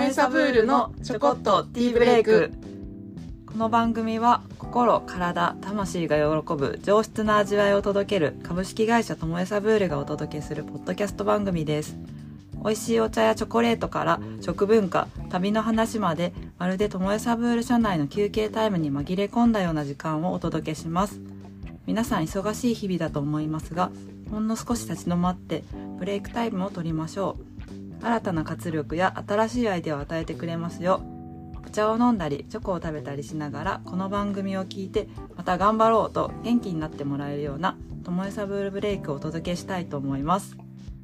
えサブールのちょこっとティーブレイク。この番組は心、体、魂が喜ぶ上質な味わいを届ける株式会社ともえサブールがお届けするポッドキャスト番組です。美味しいお茶やチョコレートから食文化、旅の話まで、まるでともえサブール社内の休憩タイムに紛れ込んだような時間をお届けします。皆さん忙しい日々だと思いますが、ほんの少し立ち止まってブレイクタイムを取りましょう。新たな活力や新しいアイデアを与えてくれますよ。お茶を飲んだりチョコを食べたりしながらこの番組を聞いてまた頑張ろうと元気になってもらえるようなともえサブールブレイクをお届けしたいと思います。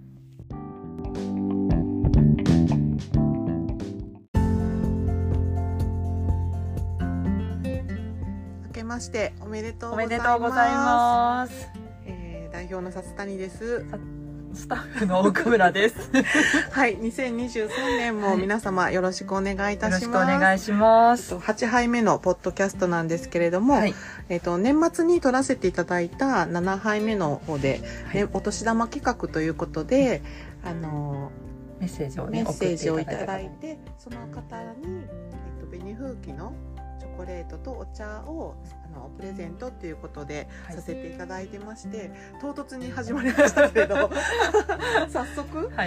明けましておめでとうございます。 おめでとうございます。 代表の札谷です。 スタッフの奥村ですはい、2023年も皆様よろしくお願いいたします。 よろしくお願いします。 8杯目のポッドキャストなんですけれども、はい、年末に撮らせていただいた7杯目の方で、はい、お年玉企画ということで、 メッセージを、 いただいて、その方に、紅風紀のチョコレートとお茶をプレゼントっていうことでさせていただいてまして、唐突に始まりましたけれど早速、はい、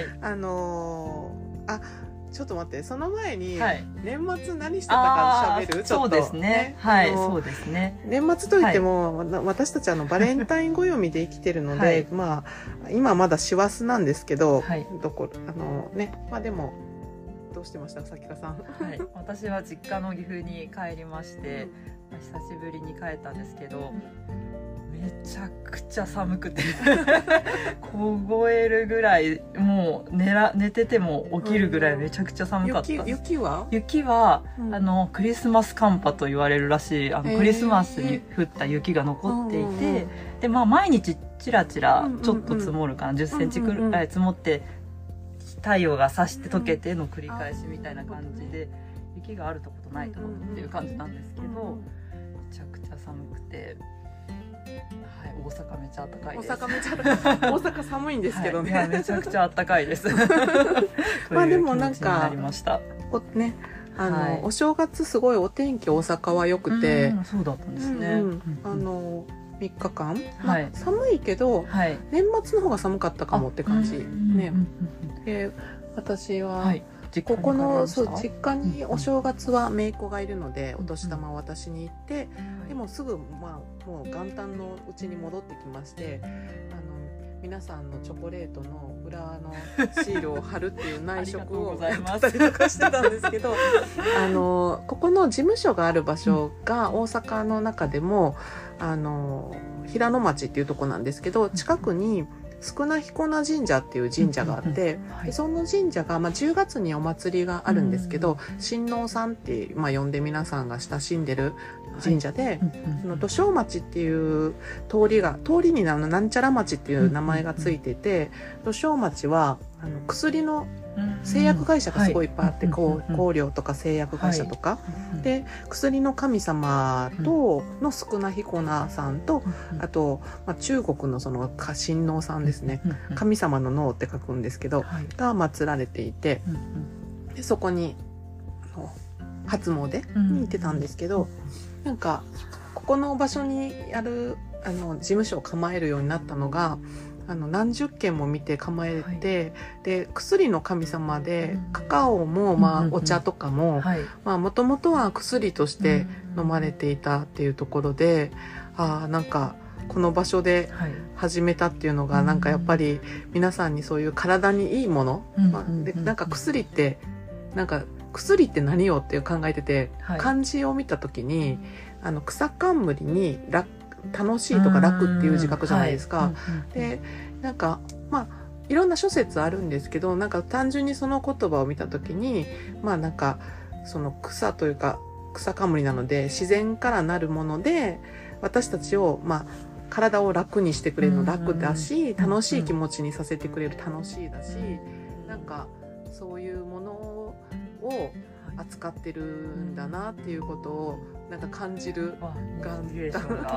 ちょっと待って、その前に、年末何してたか喋る？ちょっとそうですね。はい、そうですね。 年末といっても、私たちバレンタイン暦で生きてるので、今まだ師走なんですけど、でもどうしてましたさきかさん？ はい、私は実家の岐阜に帰りまして、久しぶりに帰ったんですけど、めちゃくちゃ寒くて凍えるぐらい、もう寝てても起きるぐらいめちゃくちゃ寒かったです。 雪は、 クリスマス寒波と言われるらしい、クリスマスに降った雪が残っていて、で毎日チラチラちょっと積もるかな、10センチくらい積もって太陽が差して溶けての繰り返しみたいな感じで、雪があるとことないとこっていう感じなんですけど、めちゃくちゃ寒くて、はい、大阪めちゃ暖かいです。 大阪寒いんですけどね、 はい、めちゃくちゃ暖かいですでもなんかお正月すごいお天気大阪は良くて、 そうだったんですね。 3日間、寒いけど、年末の方が寒かったかもって感じね。私は、ここの実家にお正月は姪っ子がいるので、お年玉を渡しに行って、でもすぐもう元旦のうちに戻ってきまして、皆さんのチョコレートの裏のシールを貼るっていう内職をやったりとかしてたんですけどここの事務所がある場所が大阪の中でも平野町っていうとこなんですけど、近くに宿名彦名神社っていう神社があって、でその神社が、10月にお祭りがあるんですけど、親王さんって、呼んで皆さんが親しんでる神社で、土正町っていう通りになんちゃら町っていう名前がついてて、土正町は薬の製薬会社がすごいいっぱいあって、香料とか製薬会社とか、で薬の神様との宿名彦名さんと、あと、中国のその親王さんですね、神様の脳って書くんですけど、が祀られていて、でそこに初詣に行ってたんですけど、なんかここの場所にある事務所を構えるようになったのが、何十件も見て構えて、で薬の神様でカカオも、お茶とかももともとは薬として飲まれていたっていうところで、なんかこの場所で始めたっていうのが、なんかやっぱり皆さんにそういう体にいいもの、でなんか薬って何よって考えてて、漢字を見た時に草冠に楽しいとか楽っていう字書くじゃないですか。でなんかいろんな諸説あるんですけど、なんか単純にその言葉を見た時に、なんかその草というか草冠なので自然からなるもので、私たちを体を楽にしてくれるの楽だし、楽しい気持ちにさせてくれる楽しいだし、なんかそういうものを扱ってるんだなっていうことをなんか感じる感じ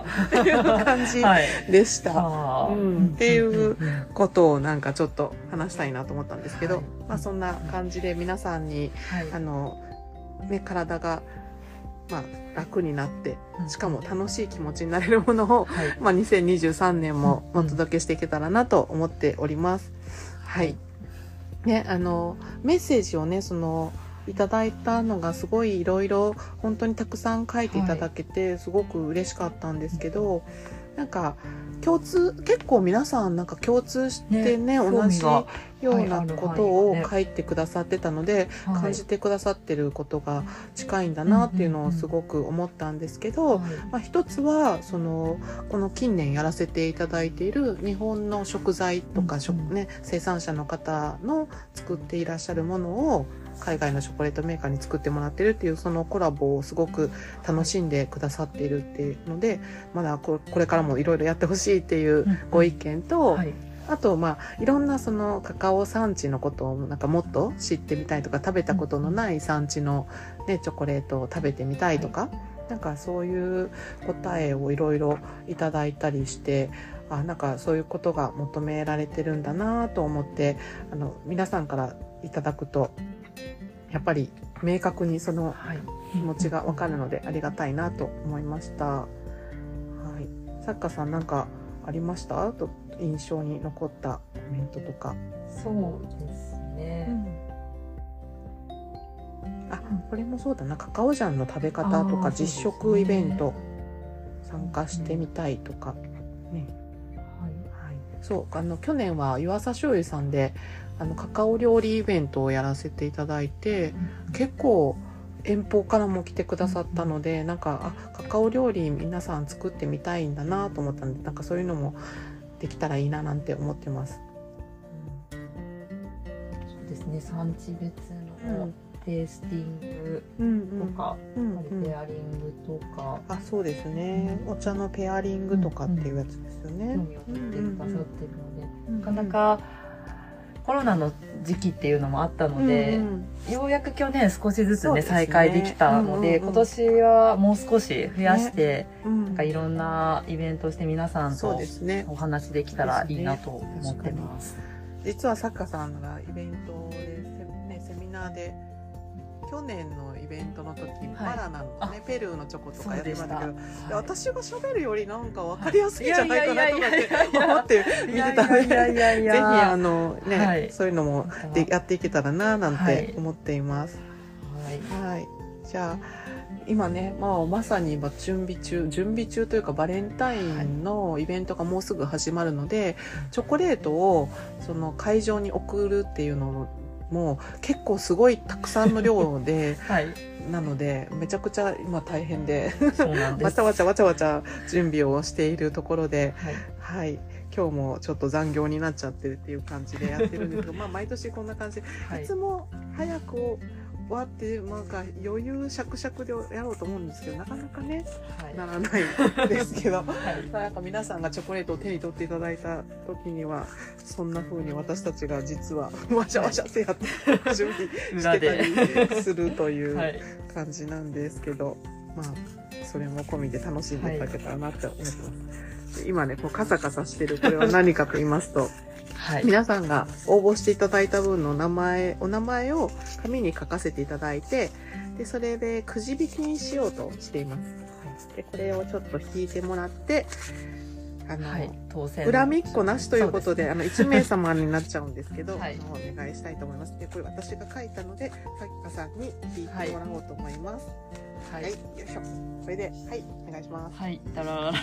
でした、っていうことをなんかちょっと話したいなと思ったんですけど、そんな感じで皆さんに、体が楽になってしかも楽しい気持ちになれるものを、2023年もお届けしていけたらなと思っております。ね、メッセージをねいただいたのがすごいいろいろ本当にたくさん書いていただけてすごく嬉しかったんですけど、なんか結構皆さんなんか共通してね同じようなことを書いてくださってたので、感じてくださってることが近いんだなっていうのをすごく思ったんですけど、一つはこの近年やらせていただいている日本の食材とか生産者の方の作っていらっしゃるものを海外のチョコレートメーカーに作ってもらってるっていうそのコラボをすごく楽しんでくださっているっていうので、まだこれからもいろいろやってほしいっていうご意見と、あといろんなそのカカオ産地のことをなんかもっと知ってみたいとか、食べたことのない産地の、チョコレートを食べてみたいとか、なんかそういう答えをいろいろいただいたりして、なんかそういうことが求められてるんだなと思って、皆さんからいただくとやっぱり明確にその気持ちが分かるのでありがたいなと思いました。作家さんなんかありました？と印象に残ったコメントとか。 そうですね、 これもそうだな、カカオジャンの食べ方とか実食イベント参加してみたいとかね。そう去年は湯浅醤油さんでカカオ料理イベントをやらせていただいて、結構遠方からも来てくださったので、なんかカカオ料理皆さん作ってみたいんだなと思ったんで、なんかそういうのもできたらいいななんて思ってます。 そうですね、産地別のテイスティングとか、ペアリングとか、 そうですね、お茶のペアリングとかっていうやつですよね。 興味を持ってくださってるので、なかなかコロナの時期っていうのもあったので、ようやく去年少しずつね再開できたので、今年はもう少し増やして、なんかいろんなイベントをして皆さんとお話できたらいいなと思ってます。 実は作家さんがイベントでセミナーで去年のイベントの時、バラナのねペルーのチョコとかやってましたけど、私が喋るよりなんか分かりやすいんじゃないかなとかって思って見てたので、ぜひそういうのもやっていけたらななんて思っています。じゃあ今ね、まさに準備中というか、バレンタインのイベントがもうすぐ始まるので、チョコレートをその会場に送るっていうのもう結構すごいたくさんの量で、なのでめちゃくちゃ今大変でわちゃわちゃ準備をしているところで、今日もちょっと残業になっちゃってるっていう感じでやってるんですけど毎年こんな感じで、いつも早く終わってなんか余裕しゃくしゃくでやろうと思うんですけど、なかなかね、ならないですけど、なんか皆さんがチョコレートを手に取っていただいた時にはそんな風に私たちが実はわしゃわしゃってやって準備してたりするという感じなんですけど、それも込みで楽しんでいただけたらなって思ってます。今ねカサカサしてるこれは何かと言いますと、皆さんが応募していただいた分のお名前を紙に書かせていただいて、でそれでくじ引きにしようとしています。でこれをちょっと引いてもらって、恨みっこなしということで、1名様になっちゃうんですけど、お願いしたいと思います。でこれ私が書いたので作家さんに引いてもらおうと思います。よいしょ。これでお願いします。 ダララ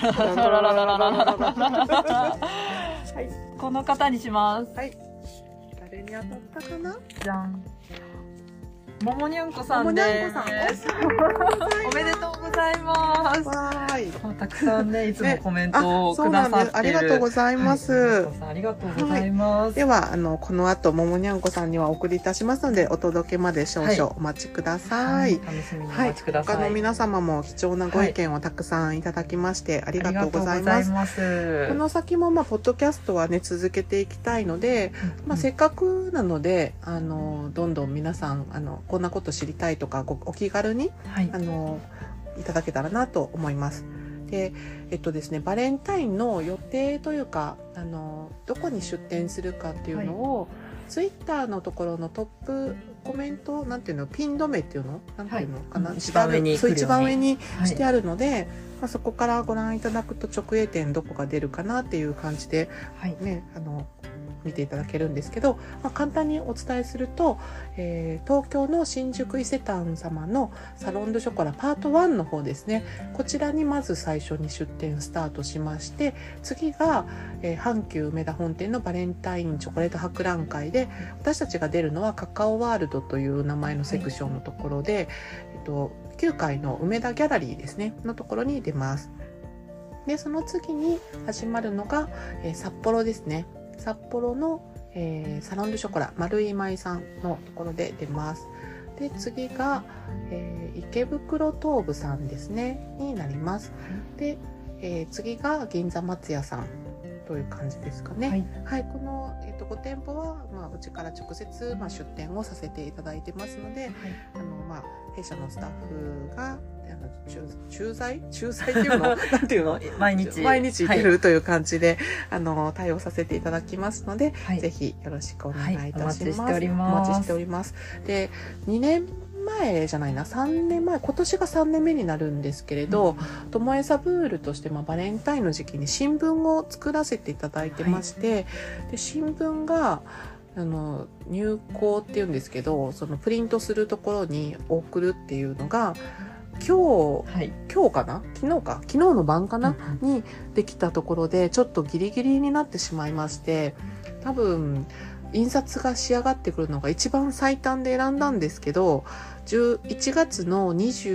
ラこの方にします。 誰に当たったかな？ じゃん。ももにゃんこさんです。おめでとうございます。たくさんね、いつもコメントをくださってる。 ありがとうございます。 ありがとうございます。 では、この後、ももにゃんこさんにはお送りいたしますので、お届けまで少々お待ちください。 楽しみにお待ちください。 他の皆様も貴重なご意見をたくさんいただきまして、ありがとうございます。この先も、ポッドキャストはね、続けていきたいので、せっかくなので、どんどん皆さん、ここんなこと知りたいとかお気軽に、いただけたらなと思います。で、ですね、バレンタインの予定というかどこに出店するかっていうのを、ツイッターのところのトップコメントなんていうの、ピン止めっていうのなんていうのかな、 一番上にしてあるので、そこからご覧いただくと直営店どこが出るかなっていう感じで、ね、見ていただけるんですけど、簡単にお伝えすると、東京の新宿伊勢丹様のサロン・ドゥ・ショコラパート1の方ですね、こちらにまず最初に出店スタートしまして、次が、阪急梅田本店のバレンタインチョコレート博覧会で、私たちが出るのはカカオワールドという名前のセクションのところで、9階の梅田ギャラリーですねのところに出ます。でその次に始まるのが、札幌ですね。札幌の、サロン・ドゥ・ショコラ丸井舞さんのところで出ます。で次が、池袋東武さんですねになります。で、次が銀座松屋さんという感じですかね。この、5店舗は、うちから直接、出店をさせていただいてますので、弊社のスタッフが駐在っていうのなんていうの毎日行けるという感じで、対応させていただきますので、ぜひよろしくお願いいたします。お待ちしております。で3年前じゃないな3年前、今年が3年目になるんですけれど、ともえサブールとしてバレンタインの時期に新聞を作らせていただいてまして、で新聞が入稿っていうんですけど、そのプリントするところに送るっていうのが今日かな昨日の晩かな、にできたところでちょっとギリギリになってしまいまして、多分印刷が仕上がってくるのが一番最短で選んだんですけど、11月の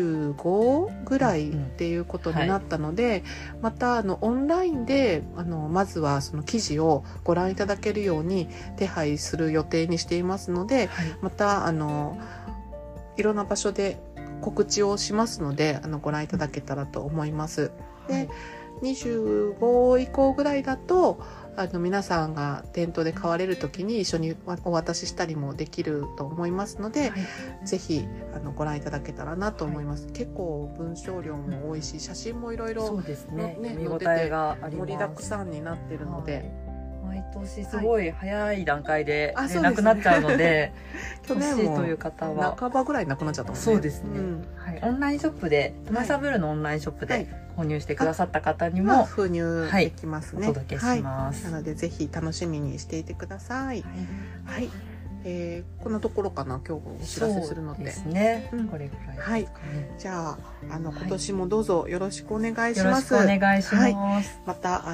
25ぐらいっていうことになったので、またオンラインでまずはその記事をご覧いただけるように手配する予定にしていますので、またいろんな場所で告知をしますのでご覧いただけたらと思います。で、25以降ぐらいだと皆さんが店頭で買われる時に一緒にお渡ししたりもできると思いますので、ぜひご覧いただけたらなと思います。結構文章量も多いし、写真もいろいろ載ってて盛りだくさんになってるので、 毎年すごい早い段階で、なくなっちゃうので、 去年もという方は半ばぐらいなくなっちゃったもんね。 そうですね、オンラインショップでともえサブールのオンラインショップで購入してくださった方にも封入できますね。 お届けします。 なのでぜひ楽しみにしていてください。こんなところかな、今日お知らせするのって。 そうですね。これぐらいですかね。 じゃあ今年もどうぞよろしくお願いします。 よろしくお願いします。 また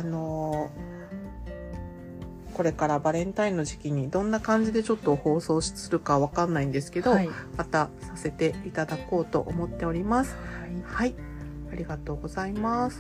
これからバレンタインの時期にどんな感じでちょっと放送するかわかんないんですけど、またさせていただこうと思っております。ありがとうございます。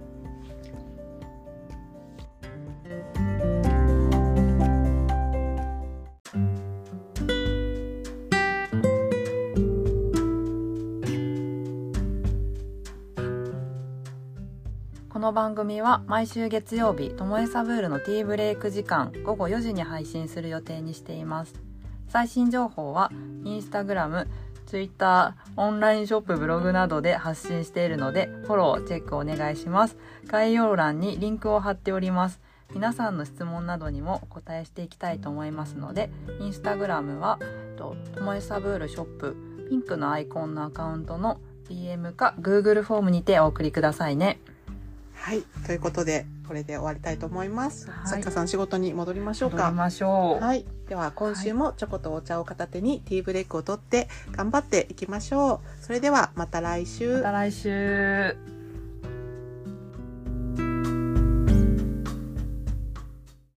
この番組は毎週月曜日、ともえサブールのティーブレイク時間午後4時に配信する予定にしています。最新情報はインスタグラム、ツイッター、オンラインショップ、ブログなどで発信しているので、フォローチェックお願いします。概要欄にリンクを貼っております。皆さんの質問などにもお答えしていきたいと思いますので、インスタグラムはともえサブールショップピンクのアイコンのアカウントの DM か Google フォームにてお送りくださいね。 ということでこれで終わりたいと思います。作家さん、仕事に戻りましょうか。 戻りましょう。では今週もチョコとお茶を片手にティーブレイクを取って頑張っていきましょう。それではまた来週。 また来週。